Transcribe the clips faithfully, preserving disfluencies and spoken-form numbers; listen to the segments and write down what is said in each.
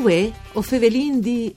Uè, o Fevelin di...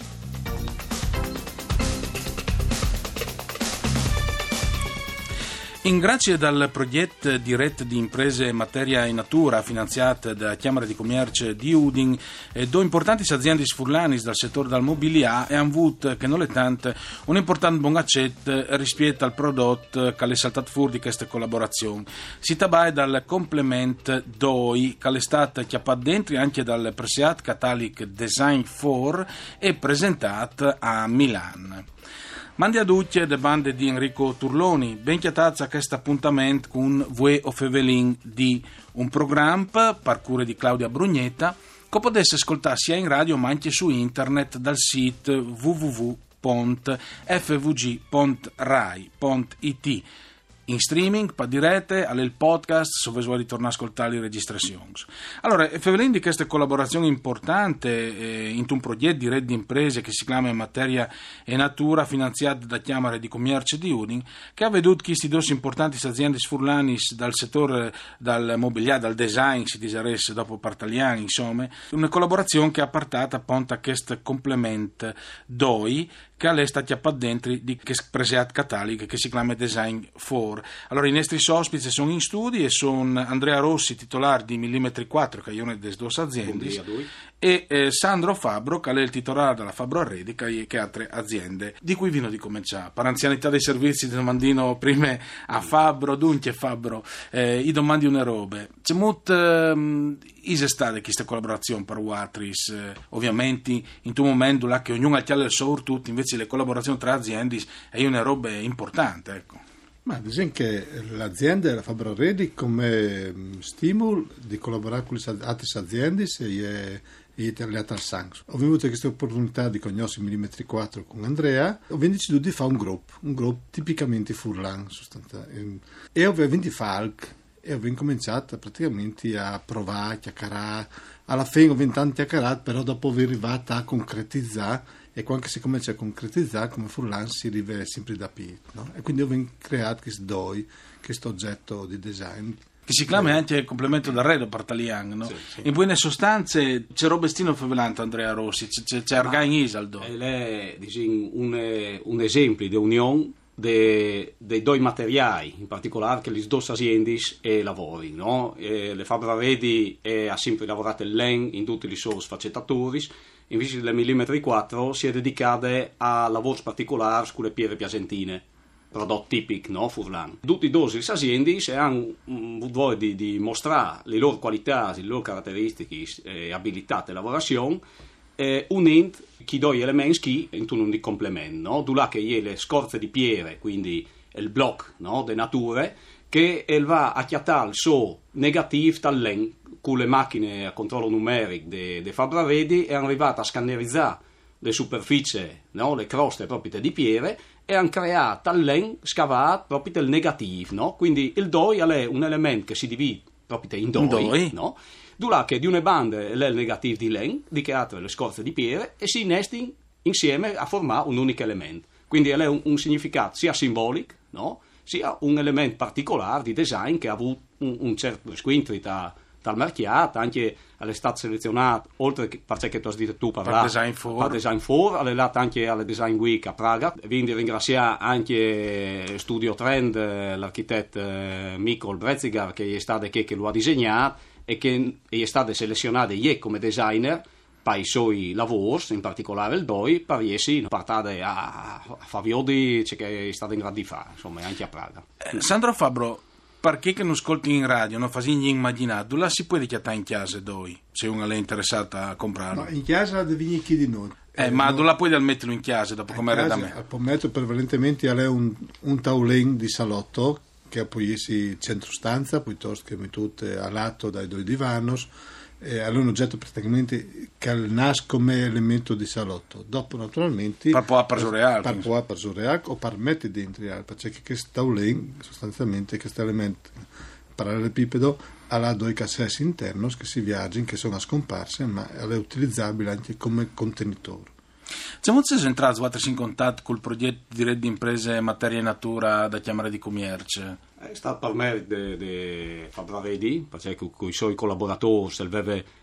In grazie dal progetto di rete di imprese materia e natura finanziate da Camera di Commercio di Udin, due importanti aziende sfurlanis dal settore del mobiliare e hanno avuto, che non è tanto, un importante buon accetto rispetto al prodotto che è saltato fuori di questa collaborazione. Si tratta dal complement doi che è stato chiappato dentro anche dal Preseat Catalic Design quattro e presentato a Milano. Mandi a tutti le bande di Enrico Turloni, ben chiatazza a questo appuntamento con Vue o Fevelin di un programma, parcure di Claudia Brugnetta, che potesse ascoltare sia in radio ma anche su internet dal sito w w w punto f v g punto rai punto i t. In streaming, pa dirette, alle podcast, se vuoi ritornare a ascoltare le registrazioni. Allora, Fevelin di questa collaborazione importante eh, in un progetto di rete di imprese che si chiama Materia e Natura, finanziato da Camera di Commercio di Udin, che ha veduto questi due importanti aziende sfurlanis dal settore dal mobiliare, dal design, si diseresse dopo Partaliani, insomma, una collaborazione che ha portato appunto a questo complemento doi che è stata chiappato dentro di che Preseat Catalic che si chiama Design quattro. Allora i nostri ospiti sono in studi e sono Andrea Rossi, titolare di Millimetri quattro, che è una delle due aziende, e eh, Sandro Fabbro, che è il titolare della Fabbro Arredi, che è altre aziende. Di cui vino di cominciare? Per anzianità dei servizi domandino prima a Fabbro, dunque Fabbro, eh, i domandi una robe. C'è molto eh, estate questa collaborazione per Watris, eh, ovviamente in un momento là che ognuno ha il suo tutto, invece le collaborazioni tra aziende è una roba importante, ecco. Ma ad esempio l'azienda, la Fabbro Arredi, come stimolo di collaborare con le altre aziende è italiata al sangue. Ho avuto questa opportunità di conoscere Millimetri quattro con Andrea, ho deciso di fare un gruppo, un gruppo tipicamente furlan, sostanzialmente. E ho avuto Falk e ho cominciato praticamente a provare, a chiacchierare. Alla fine ho avuto tanti chiacchierati, però dopo aver arrivato a concretizzare. E quando si comincia a concretizzare, come furlan si arriva sempre da più, no? E quindi ho creato questo doi, questo oggetto di design. Che si chiama anche il complemento d'arredo Partalian, no? Sì, sì. In buone sostanze c'è robestino favelante Andrea Rossi, c'è, c'è Argain Isaldo. È diciamo, un, un esempio di unione dei de due materiali, in particolare che le due aziende e lavori, no? E le Fabbro Arredi ha sempre lavorato il len in tutti i suoi sfaccettatori. Invece le Millimetri quattro si è dedicate a lavori particolari sulle piere piacentine, prodotti tipici, no, furlan. Tutti e due le aziende hanno voluto di, di mostrare le loro qualità, le loro caratteristiche e abilità di lavorazione, eh, unendo i due elementi in un di complemento, no? Dove che è le scorze di piere, quindi il blocco, no, delle nature, che va a chiattare il suo negativo dal len con le macchine a controllo numerico di Fabbro Arredi è arrivata a scannerizzare le superfici, no? Le croste proprio di piere e hanno creato al len scavato proprio il negativo, no? Quindi il doi è un elemento che si divide proprio in doi, doi. No? Dove che di una banda è il negativo di len, di che altre le scorze di piere e si innesti insieme a formare un unico elemento. Quindi è un, un significato sia simbolico, no? Sia un elemento particolare di design che ha avuto un, un certo riscontro tra dal mercato, anche alle state selezionate, oltre che perché tu hai detto tu parlare, per Design quattro, per Design quattro, alle date anche alle Design Week a Praga. Quindi ringraziare anche Studio Trend, l'architetto Mikol Brezigar, che è stato che, che lo ha disegnato e che è stato selezionato come designer per i suoi lavori, in particolare il doi, per riessi a partire a, a Faviodi, che è stato in grado di fare, insomma, anche a Praga. Eh, Sandro Fabbro, perché che non ascolti in radio, non fai immaginare, dove si può chiattare in chiesa doi, se uno è interessato a comprarlo? No, in chiesa devi chi di noi. Eh, eh, ma no, dove puoi metterlo in chiesa dopo come era da me? Può mettere prevalentemente a un, un taulin di salotto, che poi si centro stanza, piuttosto che mettute a lato dai due divanos, e è un oggetto praticamente che nasce come elemento di salotto. Dopo naturalmente per poi per surreal, per poi per surreal o per mettere dentro, perché questo taulin sostanzialmente questo elemento parallelepipedo ha due cassetti internos che si viaggiano, che sono a scomparse, ma è utilizzabile anche come contenitore. Siamo entrati in contatto col progetto di rete di imprese materia e natura da Camera di Commercio? È stato per me di Fabbro Arredi, perché con i suoi collaboratori aveva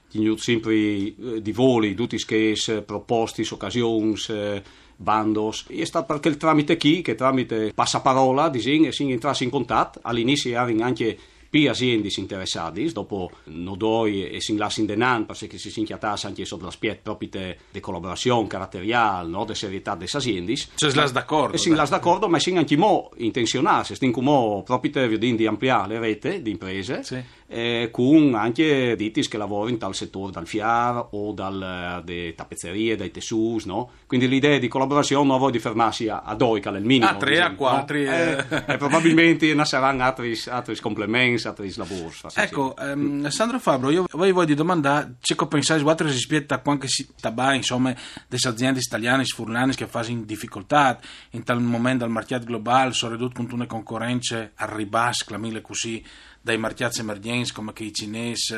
Ci sempre eh, di voli, tutti che proposti, occasioni, eh, bandos. E è stato perché il tramite chi, che tramite passaparola, disin, e si entrasse in contatto. All'inizio erano anche più aziende interessate, dopo Nodoi e si lasciano denaro perché si si inchiatasse anche sotto l'aspetto proprio di collaborazione caratteriale, no? Di serietà delle aziende. Cioè si lascia d'accordo. E si lascia d'accordo, ma si anche mo intenzionarsi, si mo proprio di ampliare le rete di imprese, sì. eh, con anche ditti che lavorano in tal settore, dal F I A R o dalle tappezzerie, dai tessuti, no? Quindi l'idea di collaborazione non vuole di fermarsi a, a due, che è il minimo. A tre, a quattro. No? Eh, eh, probabilmente ne saranno altri, altri complementi, altri lavori. Ecco, ehm, Sandro Fabbro, io voi voglio domandare, c'è che pensare quattro rispetto a quanto si tabà, insomma, delle aziende italiane, furlane che fanno in difficoltà in tal momento al mercato globale, sono ridotte con una concorrenza al ribasso, clamile così, dai mercati emergenti come che i cinesi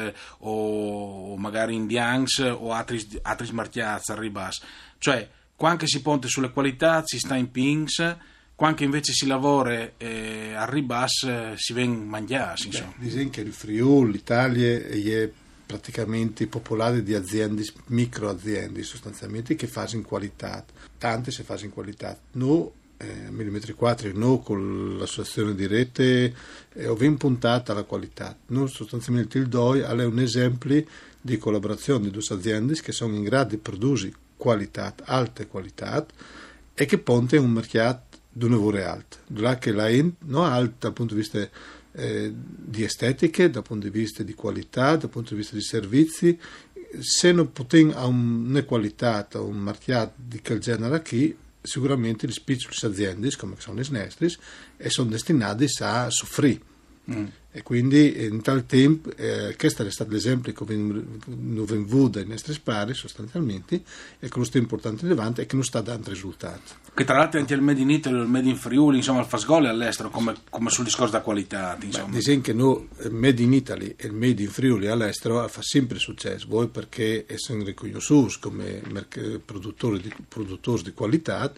o magari indiani o altri, altri mercati al ribasso. Cioè, quando si ponte sulle qualità si sta in pings, quando invece si lavora eh, al ribasso eh, si viene mangiati. Dicono che il Friuli, l'Italia è praticamente popolare di aziende, micro aziende sostanzialmente che fanno in qualità, tante si fanno in qualità. Noi Eh, millimetri quattro, noi con l'associazione di rete eh, ho puntata alla qualità. Noi sostanzialmente il D O I è un esempio di collaborazione di due aziende che sono in grado di produrre qualità, alte qualità e che ponte un mercato di un lavoro alto. Là che la in, non alta dal punto di vista eh, di estetiche, dal punto di vista di qualità, dal punto di vista di servizi. Se non potendo a una qualità, a un mercato di quel genere qui, sicuramente le piccole aziende come sono le nostre e sono destinate a soffrire mm. e quindi in tal tempo eh, questo è stato l'esempio che non vengono dai nostri spari sostanzialmente e che lo sta importante davanti e che non sta dando risultati, che tra l'altro anche il Made in Italy, il Made in Friuli, insomma il Fasgol è all'estero come, come sul discorso da qualità, insomma. Beh, disegno che noi il Made in Italy e il Made in Friuli all'estero fa sempre successo, voi perché sono riconosciuti come produttori di, produttori di qualità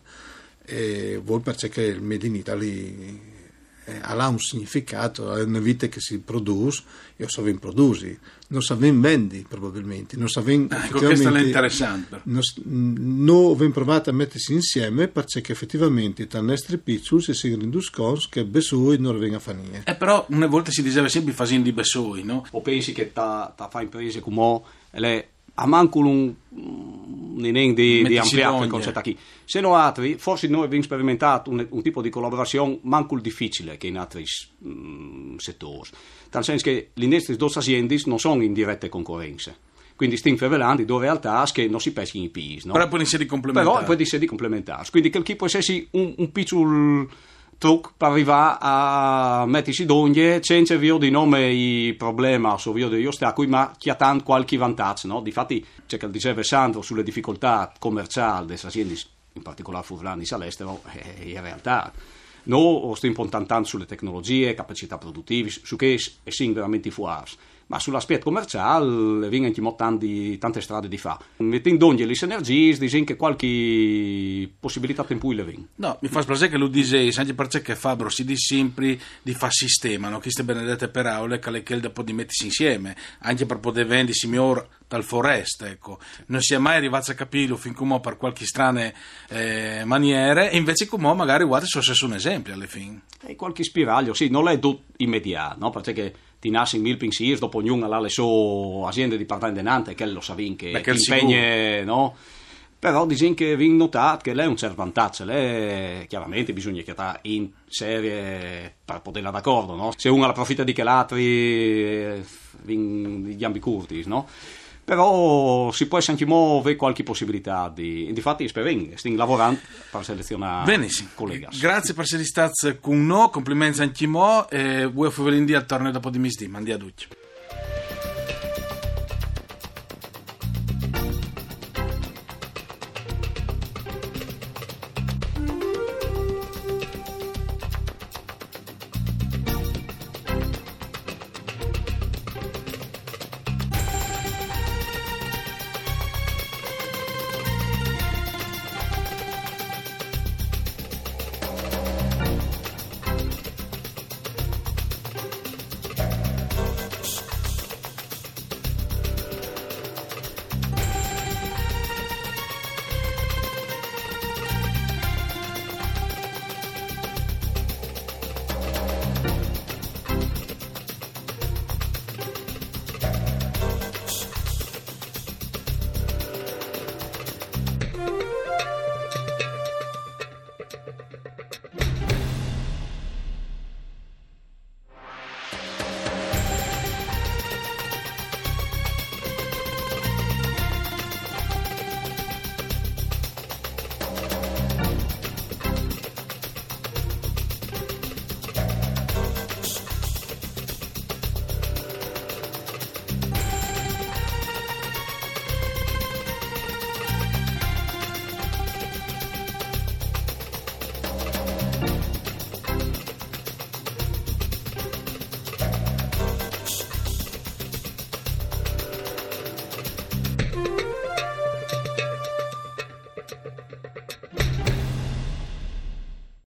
e voi perché il Made in Italy ha un significato, è una vita che si produce e non sappiamo produrre, non sappiamo vendere probabilmente, non sappiamo ecco, questo è interessante. Noi abbiamo provato a mettersi insieme perché effettivamente tra i nostri piccoli si sono renduti conto che Besoi non venga a fare niente. Eh, però una volta si diceva sempre facendo di Besoi, no? O pensi che ta, ta fa imprese come le a manco un, un di, di ampliare il concetto qui. Se no altri, forse noi abbiamo sperimentato un, un tipo di collaborazione manco difficile che in altri um, settori. Nel senso che le nostre due aziende non sono in dirette concorrenze. Quindi stiamo favelando due realtà che non si pescano in pis. No? Però poi essere complementari. Però poi essere complementari. Quindi che può essere un, un piccolo trucco per arrivare a mettersi d'ogni senza via di nome i problemi o via degli ostacoli, ma che ha tanto qualche vantaggio, no? Difatti c'è che diceva Sandro sulle difficoltà commerciali delle aziende, in particolare furlani all'estero, e in realtà noi stiamo puntando tanto sulle tecnologie, capacità produttive, su che sono veramente fuori. Ma sull'aspetto commerciale vengono anche tanti, tante strade di fa. Mettendo ogni le sinergie, dicono che qualche possibilità in cui le vengono. No, mi fa piacere che lo dici, anche perché Fabro si dice sempre di fare sistema, no? Che queste benedette per aule che le chiede di mettersi insieme, anche per poter vendersi miglior dal forest, ecco. Non si è mai arrivati a capirlo fin come per qualche strane eh, maniere, e invece come magari guarda se fosse un esempio alle fine. E qualche spiraglio, sì, non è tutto immediato, no? Perché ti nasce in mil pensieri, dopo ognuno ha le sue aziende di parte denante, che lo sa che Beh, che impegna, no? Però dicono che vi notate che lei ha un certo vantaggio, lei chiaramente bisogna che sta in serie per poterla d'accordo, no? Se uno la profitta di che l'altri vi gli ambi curti, no? Però si può anche muovere qualche possibilità di, difatti speriamo, stiamo lavorando per selezionare benissimo. Colleghi. Grazie per essere stati con noi, complimenti anche mo e voi a Fuvelindì al torneo dopo di misdì, mandi a tutti.